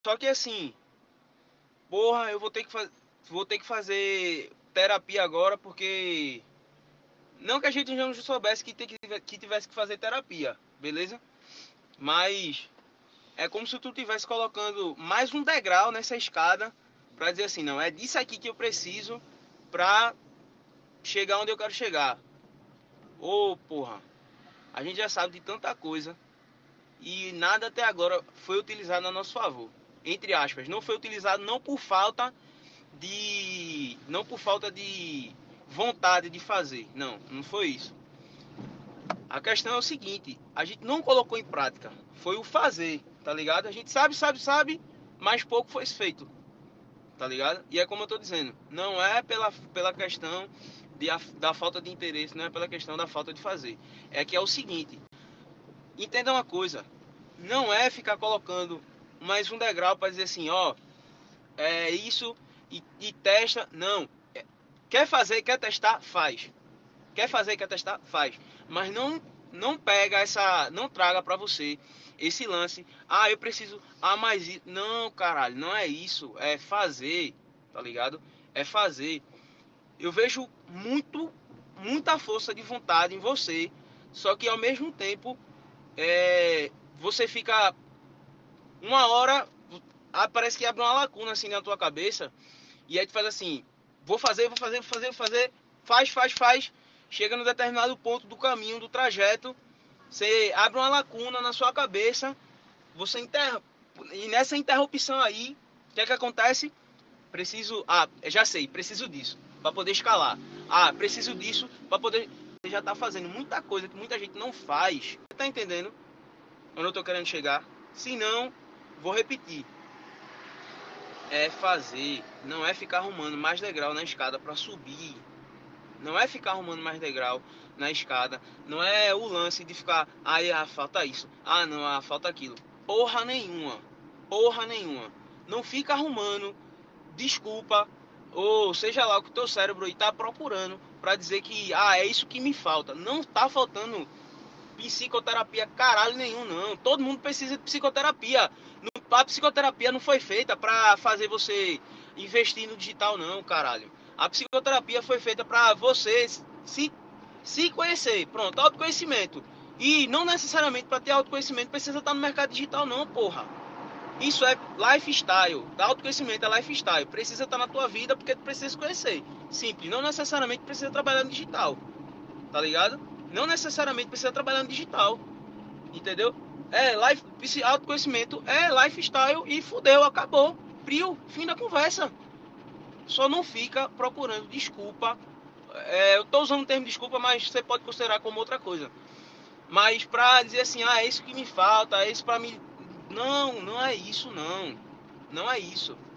Só que assim, porra, eu vou ter que fazer terapia agora porque não que a gente já não soubesse que tivesse que fazer terapia, beleza? Mas é como se tu tivesse colocando mais um degrau nessa escada para dizer assim, não, é disso aqui que eu preciso pra chegar onde eu quero chegar. Ô, porra, a gente já sabe de tanta coisa e nada até agora foi utilizado a nosso favor. Entre aspas, não foi utilizado não por falta de vontade de fazer. Não, não foi isso. A questão é o seguinte, a gente não colocou em prática, foi o fazer, tá ligado? A gente sabe, mas pouco foi feito, tá ligado? E é como eu tô dizendo, não é pela questão da falta de interesse, não é pela questão da falta de fazer. É que é o seguinte, entenda uma coisa, não é ficar colocando mais um degrau para dizer assim, ó, é isso e testa, não. Quer fazer, quer testar, faz. Quer fazer, quer testar, faz. Mas não pega essa, não traga para você esse lance. Ah, eu preciso, mais isso. Não, caralho, não é isso, é fazer, tá ligado? É fazer. Eu vejo muita força de vontade em você, só que ao mesmo tempo você fica uma hora, parece que abre uma lacuna assim na tua cabeça e aí tu faz assim, vou fazer, faz, chega num determinado ponto do caminho, do trajeto, você abre uma lacuna na sua cabeça, você enterra, e nessa interrupção aí, o que é que acontece? Preciso, já sei, preciso disso, para poder escalar. Preciso disso, para poder... Você já tá fazendo muita coisa que muita gente não faz. Você tá entendendo onde eu tô querendo chegar? Se não, vou repetir. É fazer, não é ficar arrumando mais degrau na escada para subir. Não é ficar arrumando mais degrau na escada. Não é o lance de ficar, falta isso. Não, falta aquilo. Porra nenhuma. Porra nenhuma. Não fica arrumando desculpa ou seja lá o que o teu cérebro está procurando para dizer que é isso que me falta. Não tá faltando psicoterapia caralho nenhum, não. Todo mundo precisa de psicoterapia. A psicoterapia não foi feita para fazer você investir no digital, não, caralho. A psicoterapia foi feita para você se conhecer. Pronto, autoconhecimento. E não necessariamente para ter autoconhecimento precisa estar no mercado digital, não, porra. Isso é lifestyle. Autoconhecimento é lifestyle. Precisa estar na tua vida porque tu precisa se conhecer. Simples. Não necessariamente precisa trabalhar no digital. Tá ligado? Não necessariamente precisa trabalhar no digital. Entendeu? Autoconhecimento é lifestyle e fudeu, acabou. Frio, fim da conversa. Só não fica procurando desculpa. Eu tô usando o termo desculpa, mas você pode considerar como outra coisa. Mas pra dizer assim, é isso que me falta, é isso pra mim. Não, não é isso, não. Não é isso.